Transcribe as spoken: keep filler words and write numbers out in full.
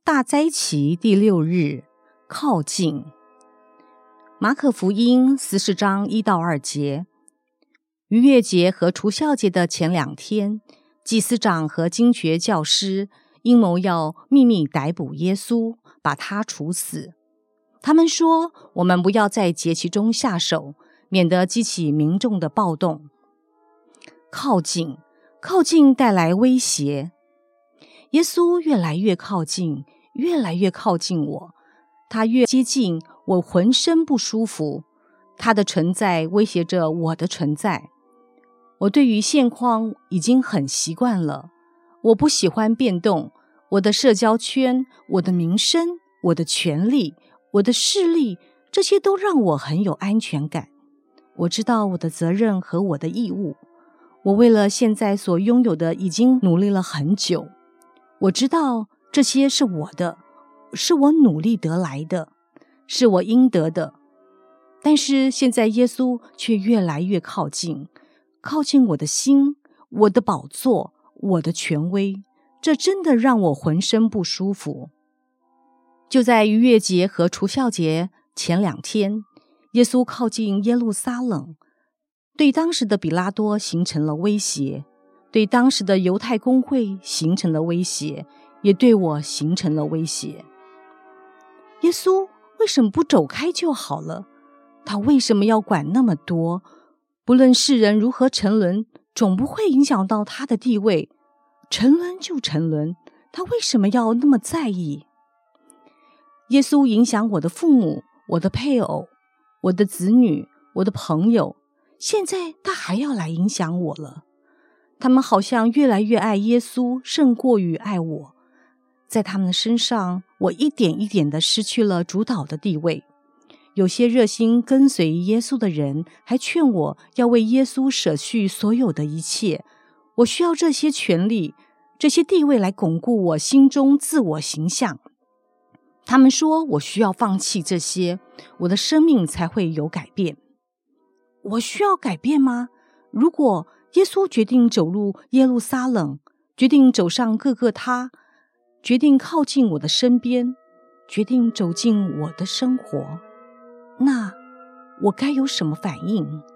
大灾期第六日，靠近。马可福音十四章一到二节。逾越节和除酵节的前两天，祭司长和经学教师阴谋要秘密逮捕耶稣，把他处死。他们说，我们不要在节期中下手，免得激起民众的暴动。靠近，靠近带来威胁。耶稣越来越靠近，越来越靠近我，他越接近，我浑身不舒服。他的存在威胁着我的存在。我对于现况已经很习惯了，我不喜欢变动。我的社交圈，我的名声，我的权利，我的势力，这些都让我很有安全感。我知道我的责任和我的义务。我为了现在所拥有的已经努力了很久。我知道这些是我的，是我努力得来的，是我应得的。但是现在耶稣却越来越靠近，靠近我的心，我的宝座，我的权威，这真的让我浑身不舒服。就在逾越节和除酵节前两天，耶稣靠近耶路撒冷，对当时的比拉多形成了威胁，对当时的犹太公会形成了威胁，也对我形成了威胁。耶稣为什么不走开就好了？他为什么要管那么多？不论世人如何沉沦，总不会影响到他的地位。沉沦就沉沦，他为什么要那么在意？耶稣影响我的父母，我的配偶，我的子女，我的朋友，现在他还要来影响我了。他们好像越来越爱耶稣，胜过于爱我。在他们身上，我一点一点地失去了主导的地位。有些热心跟随耶稣的人还劝我要为耶稣舍去所有的一切。我需要这些权利，这些地位来巩固我心中自我形象。他们说我需要放弃这些，我的生命才会有改变。我需要改变吗？如果耶稣决定走入耶路撒冷，决定走上各个他，决定靠近我的身边，决定走进我的生活，那我该有什么反应？